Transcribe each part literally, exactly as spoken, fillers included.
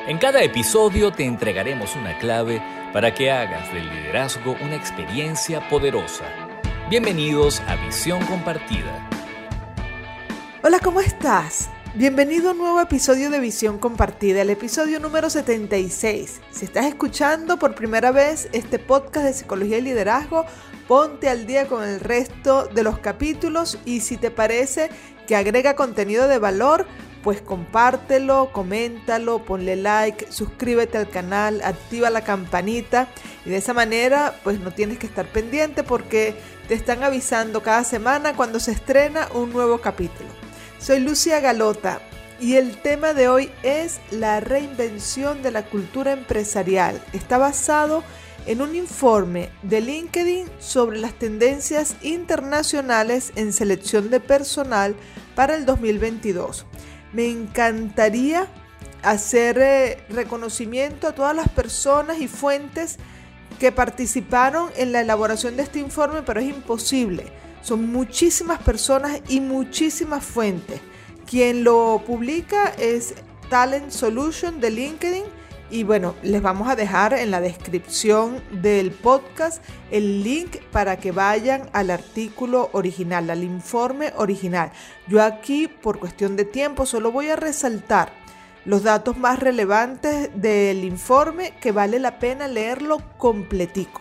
En cada episodio te entregaremos una clave para que hagas del liderazgo una experiencia poderosa. Bienvenidos a Visión Compartida. Hola, ¿cómo estás? Bienvenido a un nuevo episodio de Visión Compartida, el episodio número setenta y seis. Si estás escuchando por primera vez este podcast de psicología y liderazgo, ponte al día con el resto de los capítulos y si te parece que agrega contenido de valor, pues compártelo, coméntalo, ponle like, suscríbete al canal, activa la campanita y de esa manera pues no tienes que estar pendiente porque te están avisando cada semana cuando se estrena un nuevo capítulo. Soy Lucia Galota y el tema de hoy es la reinvención de la cultura empresarial. Está basado en un informe de LinkedIn sobre las tendencias internacionales en selección de personal para el dos mil veintidós. Me encantaría hacer eh, reconocimiento a todas las personas y fuentes que participaron en la elaboración de este informe, pero es imposible. Son muchísimas personas y muchísimas fuentes. Quien lo publica es Talent Solution de LinkedIn. Y bueno, les vamos a dejar en la descripción del podcast el link para que vayan al artículo original, al informe original. Yo aquí, por cuestión de tiempo, solo voy a resaltar los datos más relevantes del informe que vale la pena leerlo completico.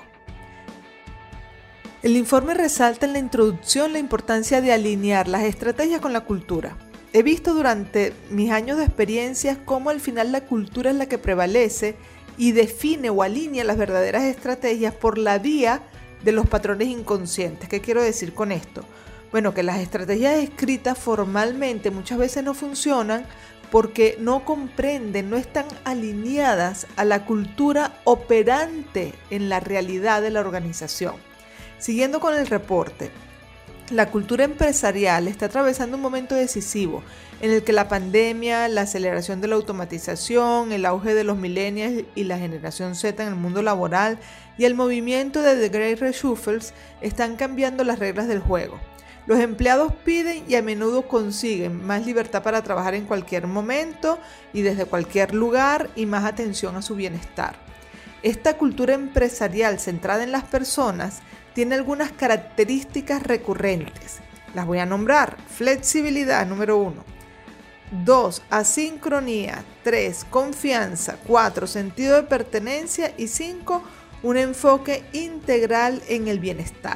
El informe resalta en la introducción la importancia de alinear las estrategias con la cultura. He visto durante mis años de experiencias cómo al final la cultura es la que prevalece y define o alinea las verdaderas estrategias por la vía de los patrones inconscientes. ¿Qué quiero decir con esto? Bueno, que las estrategias escritas formalmente muchas veces no funcionan porque no comprenden, no están alineadas a la cultura operante en la realidad de la organización. Siguiendo con el reporte. La cultura empresarial está atravesando un momento decisivo en el que la pandemia, la aceleración de la automatización, el auge de los millennials y la generación Z en el mundo laboral y el movimiento de The Great Reshuffle están cambiando las reglas del juego. Los empleados piden y a menudo consiguen más libertad para trabajar en cualquier momento y desde cualquier lugar y más atención a su bienestar. Esta cultura empresarial centrada en las personas tiene algunas características recurrentes. Las voy a nombrar. Flexibilidad, número uno. Dos, asincronía. Tres, confianza. Cuatro, sentido de pertenencia. Y cinco, un enfoque integral en el bienestar.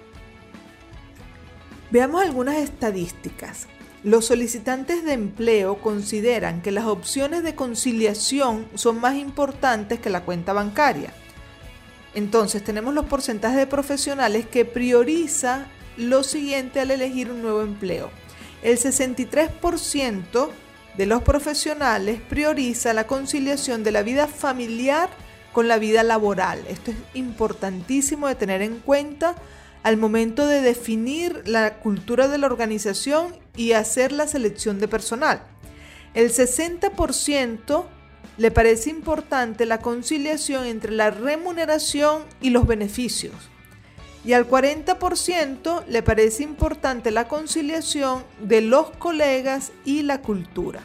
Veamos algunas estadísticas. Los solicitantes de empleo consideran que las opciones de conciliación son más importantes que la cuenta bancaria. Entonces tenemos los porcentajes de profesionales que prioriza lo siguiente al elegir un nuevo empleo. El sesenta y tres por ciento de los profesionales prioriza la conciliación de la vida familiar con la vida laboral. Esto es importantísimo de tener en cuenta al momento de definir la cultura de la organización y hacer la selección de personal. El sesenta por ciento le parece importante la conciliación entre la remuneración y los beneficios. Y al cuarenta por ciento le parece importante la conciliación de los colegas y la cultura.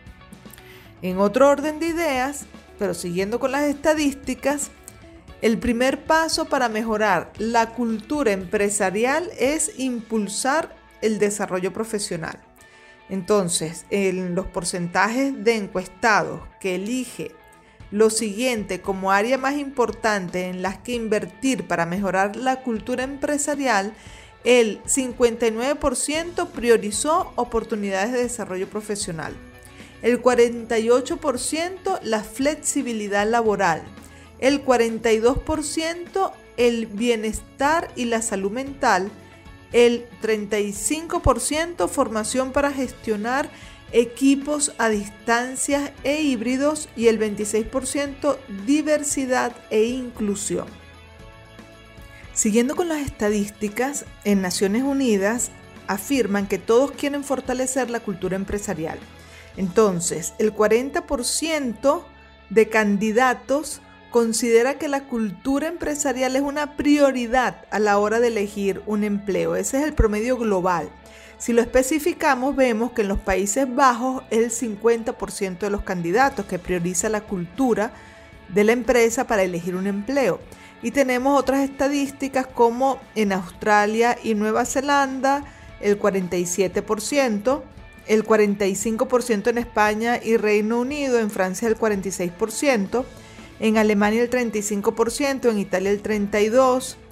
En otro orden de ideas, pero siguiendo con las estadísticas, el primer paso para mejorar la cultura empresarial es impulsar el desarrollo profesional. Entonces, en los porcentajes de encuestados que elige lo siguiente como área más importante en las que invertir para mejorar la cultura empresarial, el cincuenta y nueve por ciento priorizó oportunidades de desarrollo profesional, el cuarenta y ocho por ciento la flexibilidad laboral, el cuarenta y dos por ciento el bienestar y la salud mental, el treinta y cinco por ciento formación para gestionar equipos a distancia e híbridos y el veintiséis por ciento diversidad e inclusión. Siguiendo con las estadísticas, en Naciones Unidas afirman que todos quieren fortalecer la cultura empresarial. Entonces, el cuarenta por ciento de candidatos considera que la cultura empresarial es una prioridad a la hora de elegir un empleo. Ese es el promedio global. Si lo especificamos, vemos que en los Países Bajos es el cincuenta por ciento de los candidatos que prioriza la cultura de la empresa para elegir un empleo. Y tenemos otras estadísticas como en Australia y Nueva Zelanda, el cuarenta y siete por ciento, el cuarenta y cinco por ciento en España y Reino Unido, en Francia el cuarenta y seis por ciento, en Alemania el treinta y cinco por ciento, en Italia el treinta y dos por ciento,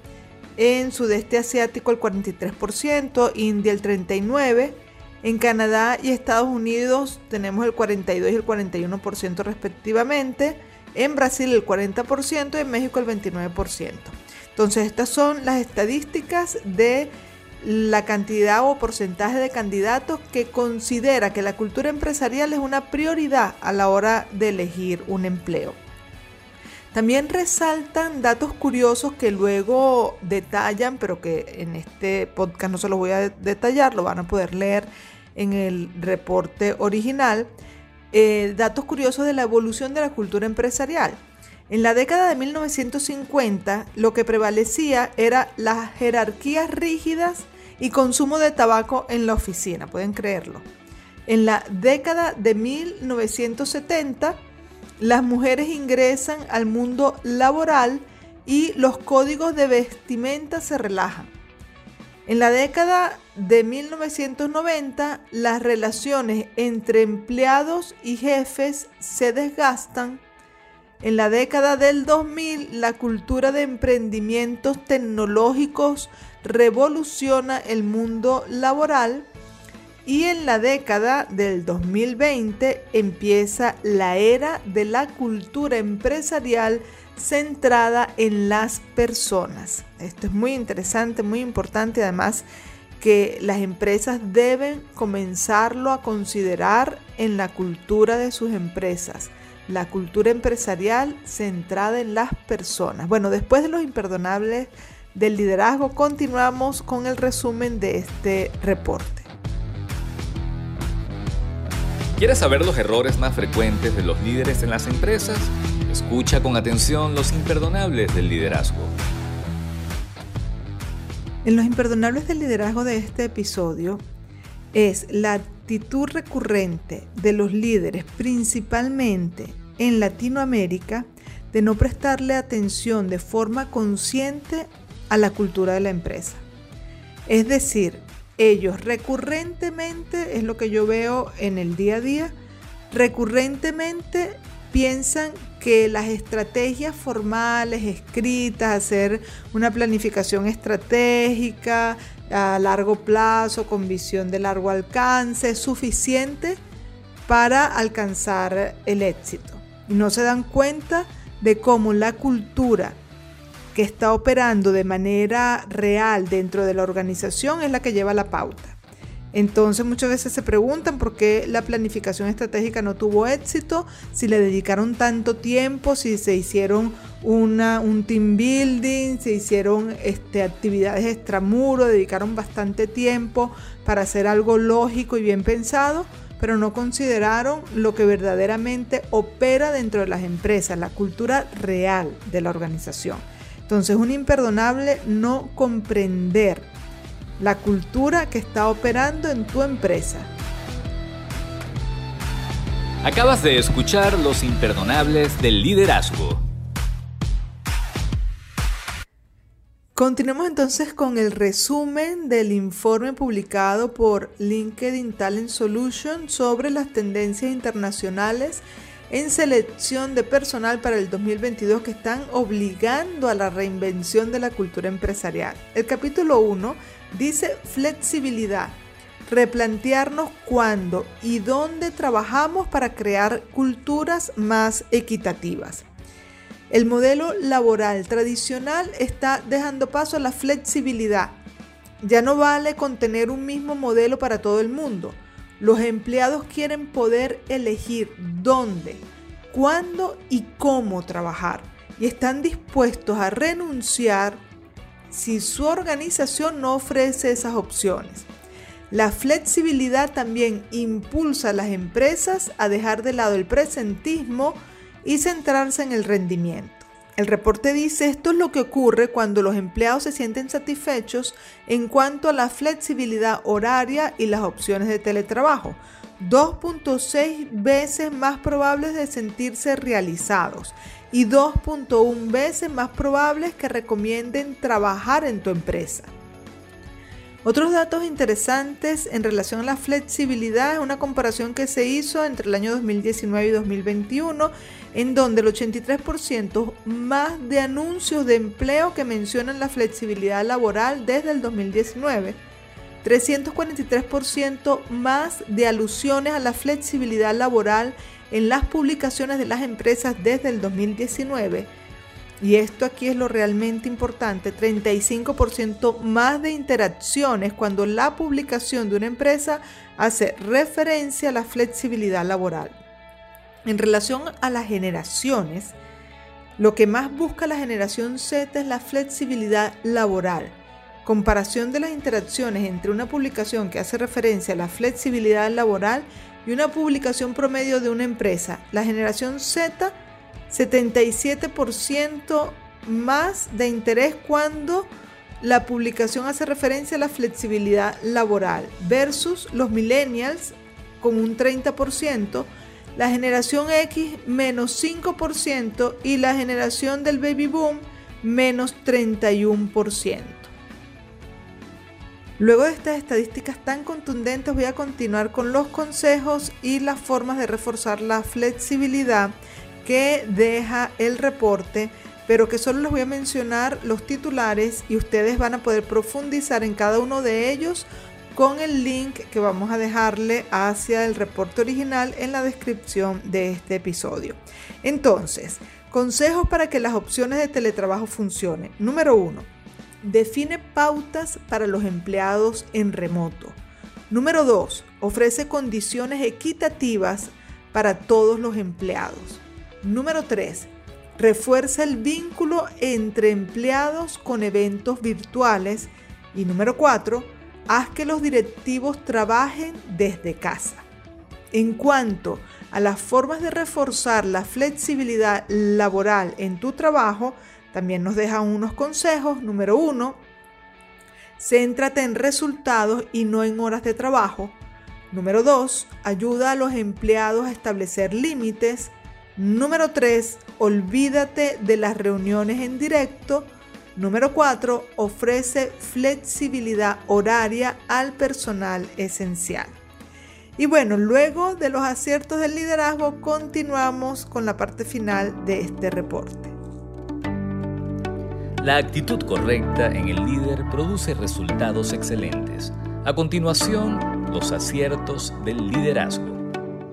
en Sudeste Asiático el cuarenta y tres por ciento, India el treinta y nueve por ciento, en Canadá y Estados Unidos tenemos el cuarenta y dos y el cuarenta y uno por ciento respectivamente, en Brasil el cuarenta por ciento y en México el veintinueve por ciento. Entonces estas son las estadísticas de la cantidad o porcentaje de candidatos que considera que la cultura empresarial es una prioridad a la hora de elegir un empleo. También resaltan datos curiosos que luego detallan, pero que en este podcast no se los voy a detallar, lo van a poder leer en el reporte original. Eh, datos curiosos de la evolución de la cultura empresarial. En la década de mil novecientos cincuenta, lo que prevalecía era las jerarquías rígidas y consumo de tabaco en la oficina, pueden creerlo. En la década de mil novecientos setenta, las mujeres ingresan al mundo laboral y los códigos de vestimenta se relajan. En la década de mil novecientos noventa, las relaciones entre empleados y jefes se desgastan. En la década del dos mil, la cultura de emprendimientos tecnológicos revoluciona el mundo laboral. Y en la década del dos mil veinte empieza la era de la cultura empresarial centrada en las personas. Esto es muy interesante, muy importante, además que las empresas deben comenzarlo a considerar en la cultura de sus empresas. La cultura empresarial centrada en las personas. Bueno, después de los imperdonables del liderazgo, continuamos con el resumen de este reporte. ¿Quieres saber los errores más frecuentes de los líderes en las empresas? Escucha con atención los imperdonables del liderazgo. En los imperdonables del liderazgo de este episodio es la actitud recurrente de los líderes, principalmente en Latinoamérica, de no prestarle atención de forma consciente a la cultura de la empresa. Es decir, ellos recurrentemente, es lo que yo veo en el día a día, recurrentemente piensan que las estrategias formales, escritas, hacer una planificación estratégica a largo plazo, con visión de largo alcance, es suficiente para alcanzar el éxito. Y no se dan cuenta de cómo la cultura que está operando de manera real dentro de la organización es la que lleva la pauta. Entonces muchas veces se preguntan por qué la planificación estratégica no tuvo éxito, si le dedicaron tanto tiempo, si se hicieron una, un team building, se hicieron este, actividades extramuro, dedicaron bastante tiempo para hacer algo lógico y bien pensado, pero no consideraron lo que verdaderamente opera dentro de las empresas, la cultura real de la organización. Entonces, es un imperdonable no comprender la cultura que está operando en tu empresa. Acabas de escuchar los imperdonables del liderazgo. Continuemos entonces con el resumen del informe publicado por LinkedIn Talent Solutions sobre las tendencias internacionales en selección de personal para el dos mil veintidós que están obligando a la reinvención de la cultura empresarial. El capítulo uno dice flexibilidad, replantearnos cuándo y dónde trabajamos para crear culturas más equitativas. El modelo laboral tradicional está dejando paso a la flexibilidad. Ya no vale con tener un mismo modelo para todo el mundo. Los empleados quieren poder elegir dónde, cuándo y cómo trabajar y están dispuestos a renunciar si su organización no ofrece esas opciones. La flexibilidad también impulsa a las empresas a dejar de lado el presentismo y centrarse en el rendimiento. El reporte dice, esto es lo que ocurre cuando los empleados se sienten satisfechos en cuanto a la flexibilidad horaria y las opciones de teletrabajo. dos punto seis veces más probables de sentirse realizados y dos punto uno veces más probables que recomienden trabajar en tu empresa. Otros datos interesantes en relación a la flexibilidad es una comparación que se hizo entre el año dos mil diecinueve y dos mil veintiuno, en donde el ochenta y tres por ciento más de anuncios de empleo que mencionan la flexibilidad laboral desde el dos mil diecinueve, trescientos cuarenta y tres por ciento más de alusiones a la flexibilidad laboral en las publicaciones de las empresas desde el dos mil diecinueve, y esto aquí es lo realmente importante, treinta y cinco por ciento más de interacciones cuando la publicación de una empresa hace referencia a la flexibilidad laboral. En relación a las generaciones, lo que más busca la generación Z es la flexibilidad laboral. Comparación de las interacciones entre una publicación que hace referencia a la flexibilidad laboral y una publicación promedio de una empresa. La generación Z, setenta y siete por ciento más de interés cuando la publicación hace referencia a la flexibilidad laboral versus los millennials con un treinta por ciento, la generación X menos cinco por ciento y la generación del baby boom menos treinta y uno por ciento. Luego de estas estadísticas tan contundentes voy a continuar con los consejos y las formas de reforzar la flexibilidad que deja el reporte, pero que solo les voy a mencionar los titulares y ustedes van a poder profundizar en cada uno de ellos con el link que vamos a dejarle hacia el reporte original en la descripción de este episodio. Entonces, consejos para que las opciones de teletrabajo funcionen. Número uno, define pautas para los empleados en remoto. Número dos, ofrece condiciones equitativas para todos los empleados. Número tres, refuerza el vínculo entre empleados con eventos virtuales. Y número cuatro, haz que los directivos trabajen desde casa. En cuanto a las formas de reforzar la flexibilidad laboral en tu trabajo, también nos deja unos consejos. Número uno, céntrate en resultados y no en horas de trabajo. Número dos, ayuda a los empleados a establecer límites. Número tres, olvídate de las reuniones en directo. Número cuatro, ofrece flexibilidad horaria al personal esencial. Y bueno, luego de los aciertos del liderazgo, continuamos con la parte final de este reporte. La actitud correcta en el líder produce resultados excelentes. A continuación, los aciertos del liderazgo.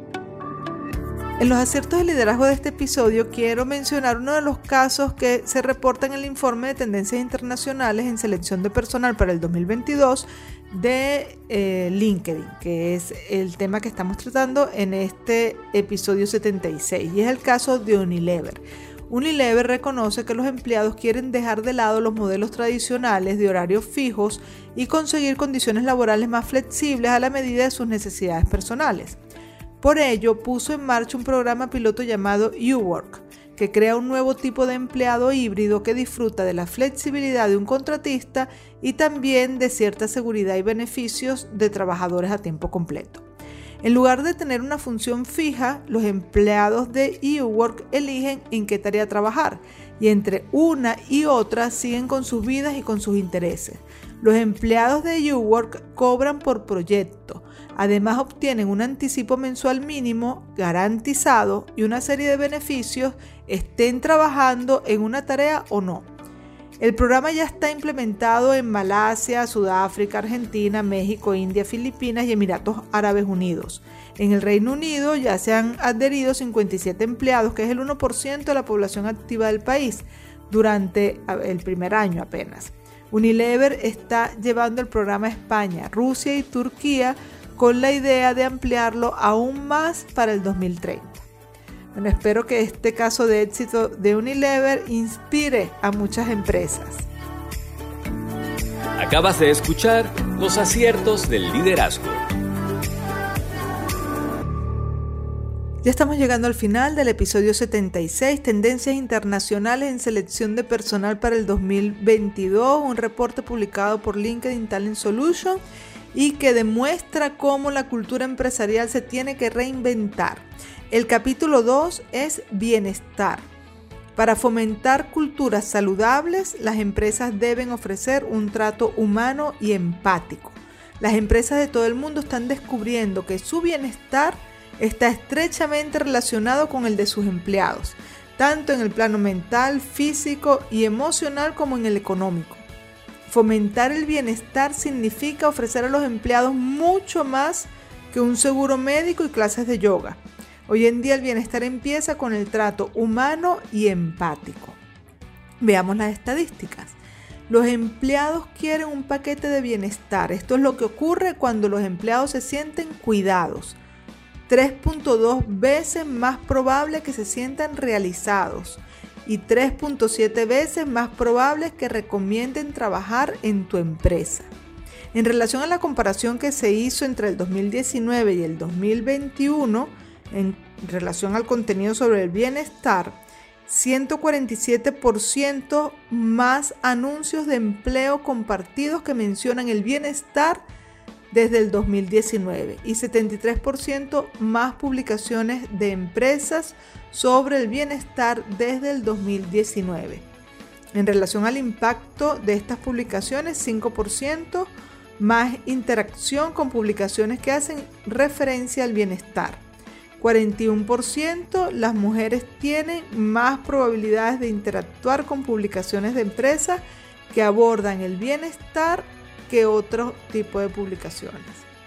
En los aciertos de liderazgo de este episodio quiero mencionar uno de los casos que se reporta en el informe de tendencias internacionales en selección de personal para el dos mil veintidós de eh, LinkedIn, que es el tema que estamos tratando en este episodio setenta y seis, y es el caso de Unilever. Unilever reconoce que los empleados quieren dejar de lado los modelos tradicionales de horarios fijos y conseguir condiciones laborales más flexibles a la medida de sus necesidades personales. Por ello, puso en marcha un programa piloto llamado U-Work, que crea un nuevo tipo de empleado híbrido que disfruta de la flexibilidad de un contratista y también de cierta seguridad y beneficios de trabajadores a tiempo completo. En lugar de tener una función fija, los empleados de U-Work eligen en qué tarea trabajar y entre una y otra siguen con sus vidas y con sus intereses. Los empleados de U-Work cobran por proyecto. Además, obtienen un anticipo mensual mínimo garantizado y una serie de beneficios, estén trabajando en una tarea o no. El programa ya está implementado en Malasia, Sudáfrica, Argentina, México, India, Filipinas y Emiratos Árabes Unidos. En el Reino Unido ya se han adherido cincuenta y siete empleados, que es el uno por ciento de la población activa del país, durante el primer año apenas. Unilever está llevando el programa a España, Rusia y Turquía, con la idea de ampliarlo aún más para el dos mil treinta. Bueno, espero que este caso de éxito de Unilever inspire a muchas empresas. Acabas de escuchar los aciertos del liderazgo. Ya estamos llegando al final del episodio setenta y seis, Tendencias Internacionales en Selección de Personal para el dos mil veintidós, un reporte publicado por LinkedIn Talent Solutions y que demuestra cómo la cultura empresarial se tiene que reinventar. El capítulo dos es Bienestar. Para fomentar culturas saludables, las empresas deben ofrecer un trato humano y empático. Las empresas de todo el mundo están descubriendo que su bienestar está estrechamente relacionado con el de sus empleados, tanto en el plano mental, físico y emocional como en el económico. Fomentar el bienestar significa ofrecer a los empleados mucho más que un seguro médico y clases de yoga. Hoy en día el bienestar empieza con el trato humano y empático. Veamos las estadísticas. Los empleados quieren un paquete de bienestar. Esto es lo que ocurre cuando los empleados se sienten cuidados. tres punto dos veces más probable que se sientan realizados y tres punto siete veces más probable que recomienden trabajar en tu empresa. En relación a la comparación que se hizo entre el dos mil diecinueve y el dos mil veintiuno, en relación al contenido sobre el bienestar, ciento cuarenta y siete por ciento más anuncios de empleo compartidos que mencionan el bienestar desde el dos mil diecinueve y setenta y tres por ciento más publicaciones de empresas sobre el bienestar desde el dos mil diecinueve. En relación al impacto de estas publicaciones, cinco por ciento más interacción con publicaciones que hacen referencia al bienestar. cuarenta y uno por ciento las mujeres tienen más probabilidades de interactuar con publicaciones de empresas que abordan el bienestar que otro tipo de publicaciones.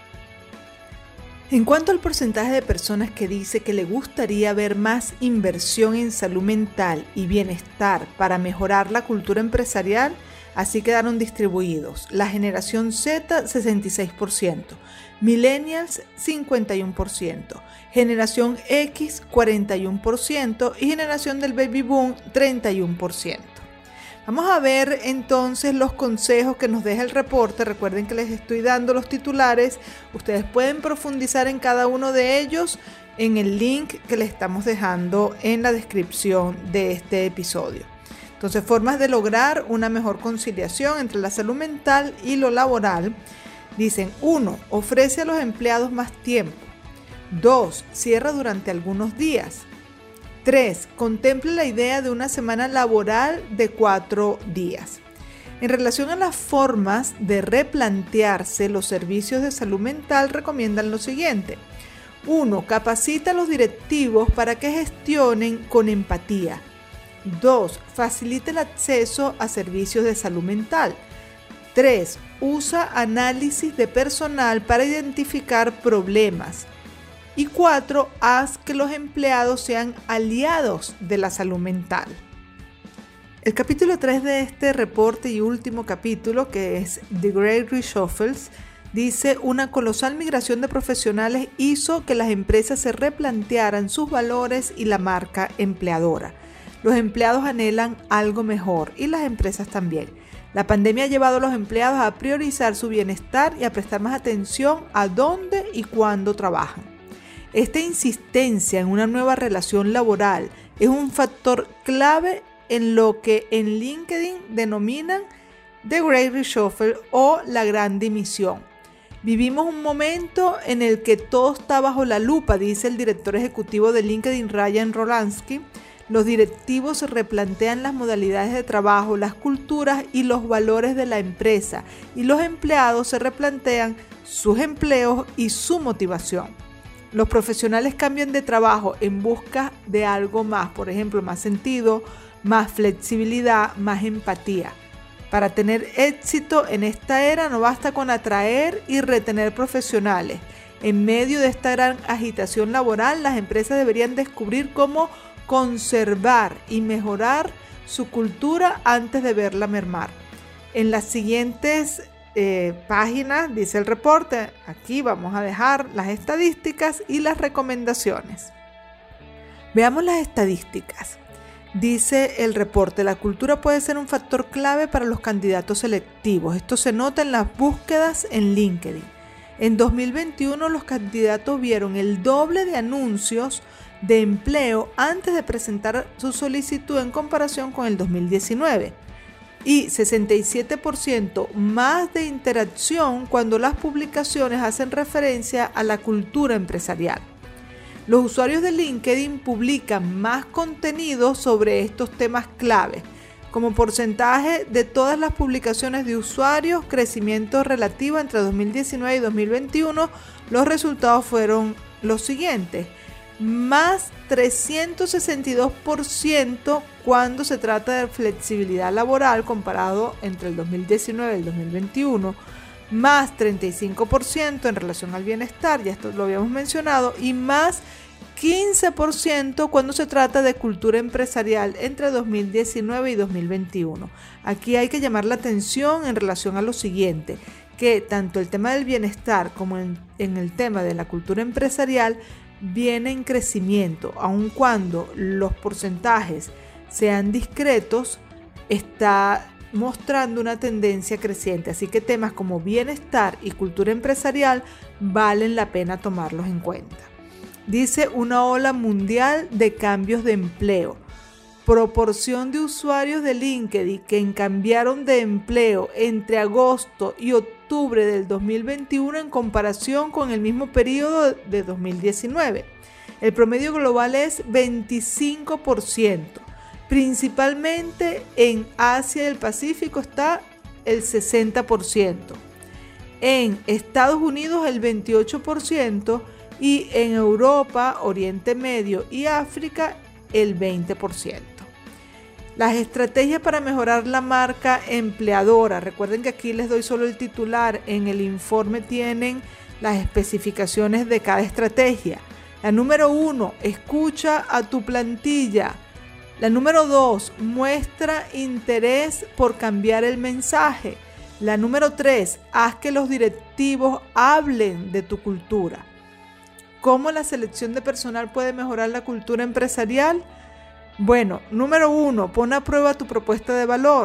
En cuanto al porcentaje de personas que dice que le gustaría ver más inversión en salud mental y bienestar para mejorar la cultura empresarial, así quedaron distribuidos. La generación Z, sesenta y seis por ciento, Millennials, cincuenta y uno por ciento, generación X, cuarenta y uno por ciento y generación del Baby Boom, treinta y uno por ciento. Vamos a ver entonces los consejos que nos deja el reporte. Recuerden que les estoy dando los titulares. Ustedes pueden profundizar en cada uno de ellos en el link que les estamos dejando en la descripción de este episodio. Entonces, formas de lograr una mejor conciliación entre la salud mental y lo laboral. Dicen, uno, ofrece a los empleados más tiempo. dos, cierra durante algunos días. tres. Contemple la idea de una semana laboral de cuatro días. En relación a las formas de replantearse los servicios de salud mental, recomiendan lo siguiente. uno. Capacita a los directivos para que gestionen con empatía. dos. Facilita el acceso a servicios de salud mental. tres. Usa análisis de personal para identificar problemas. Y cuatro. Haz que los empleados sean aliados de la salud mental. El capítulo tres de este reporte y último capítulo, que es The Great Reshuffle, dice: una colosal migración de profesionales hizo que las empresas se replantearan sus valores y la marca empleadora. Los empleados anhelan algo mejor y las empresas también. La pandemia ha llevado a los empleados a priorizar su bienestar y a prestar más atención a dónde y cuándo trabajan. Esta insistencia en una nueva relación laboral es un factor clave en lo que en LinkedIn denominan The Great Reshuffle o la gran dimisión. Vivimos un momento en el que todo está bajo la lupa, dice el director ejecutivo de LinkedIn, Ryan Rolansky. Los directivos se replantean las modalidades de trabajo, las culturas y los valores de la empresa, y los empleados se replantean sus empleos y su motivación. Los profesionales cambian de trabajo en busca de algo más, por ejemplo, más sentido, más flexibilidad, más empatía. Para tener éxito en esta era no basta con atraer y retener profesionales. En medio de esta gran agitación laboral, las empresas deberían descubrir cómo conservar y mejorar su cultura antes de verla mermar. En las siguientes eh, páginas, dice el reporte, aquí vamos a dejar las estadísticas y las recomendaciones. Veamos las estadísticas. Dice el reporte, la cultura puede ser un factor clave para los candidatos selectivos. Esto se nota en las búsquedas en LinkedIn. En dos mil veintiuno los candidatos vieron el doble de anuncios de empleo antes de presentar su solicitud en comparación con el dos mil diecinueve. Y sesenta y siete por ciento más de interacción cuando las publicaciones hacen referencia a la cultura empresarial. Los usuarios de LinkedIn publican más contenido sobre estos temas clave. Como porcentaje de todas las publicaciones de usuarios, crecimiento relativo entre dos mil diecinueve y dos mil veintiuno, los resultados fueron los siguientes. Más trescientos sesenta y dos por ciento cuando se trata de flexibilidad laboral comparado entre el dos mil diecinueve y el dos mil veintiuno, más treinta y cinco por ciento en relación al bienestar, ya esto lo habíamos mencionado, y más quince por ciento cuando se trata de cultura empresarial entre dos mil diecinueve y dos mil veintiuno. Aquí hay que llamar la atención en relación a lo siguiente, que tanto el tema del bienestar como en, en el tema de la cultura empresarial viene en crecimiento, aun cuando los porcentajes sean discretos, está mostrando una tendencia creciente. Así que temas como bienestar y cultura empresarial valen la pena tomarlos en cuenta. Dice una ola mundial de cambios de empleo. Proporción de usuarios de LinkedIn que cambiaron de empleo entre agosto y octubre del dos mil veintiuno en comparación con el mismo periodo de dos mil diecinueve. El promedio global es veinticinco por ciento. Principalmente en Asia y el Pacífico está el sesenta por ciento. En Estados Unidos el veintiocho por ciento y en Europa, Oriente Medio y África el veinte por ciento. Las estrategias para mejorar la marca empleadora. Recuerden que aquí les doy solo el titular. En el informe tienen las especificaciones de cada estrategia. La número uno, escucha a tu plantilla. La número dos, muestra interés por cambiar el mensaje. La número tres, haz que los directivos hablen de tu cultura. ¿Cómo la selección de personal puede mejorar la cultura empresarial? Bueno, número uno, pon a prueba tu propuesta de valor.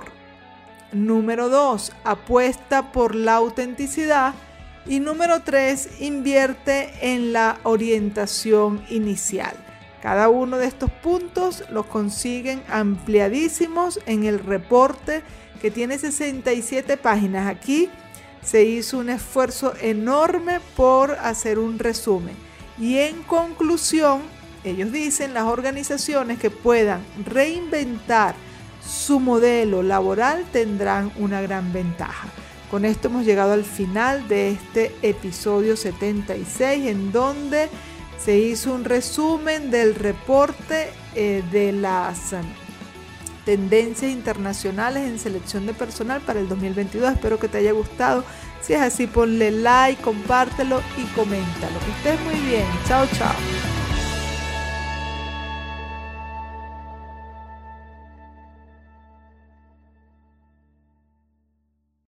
Número dos, apuesta por la autenticidad. Y número tres, invierte en la orientación inicial. Cada uno de estos puntos los consiguen ampliadísimos en el reporte que tiene sesenta y siete páginas. Aquí se hizo un esfuerzo enorme por hacer un resumen. Y en conclusión, ellos dicen, las organizaciones que puedan reinventar su modelo laboral tendrán una gran ventaja. Con esto hemos llegado al final de este episodio setenta y seis, en donde se hizo un resumen del reporte eh, de las um, tendencias internacionales en selección de personal para el dos mil veintidós. Espero que te haya gustado. Si es así, ponle like, compártelo y coméntalo. Que estés muy bien. Chao, chao.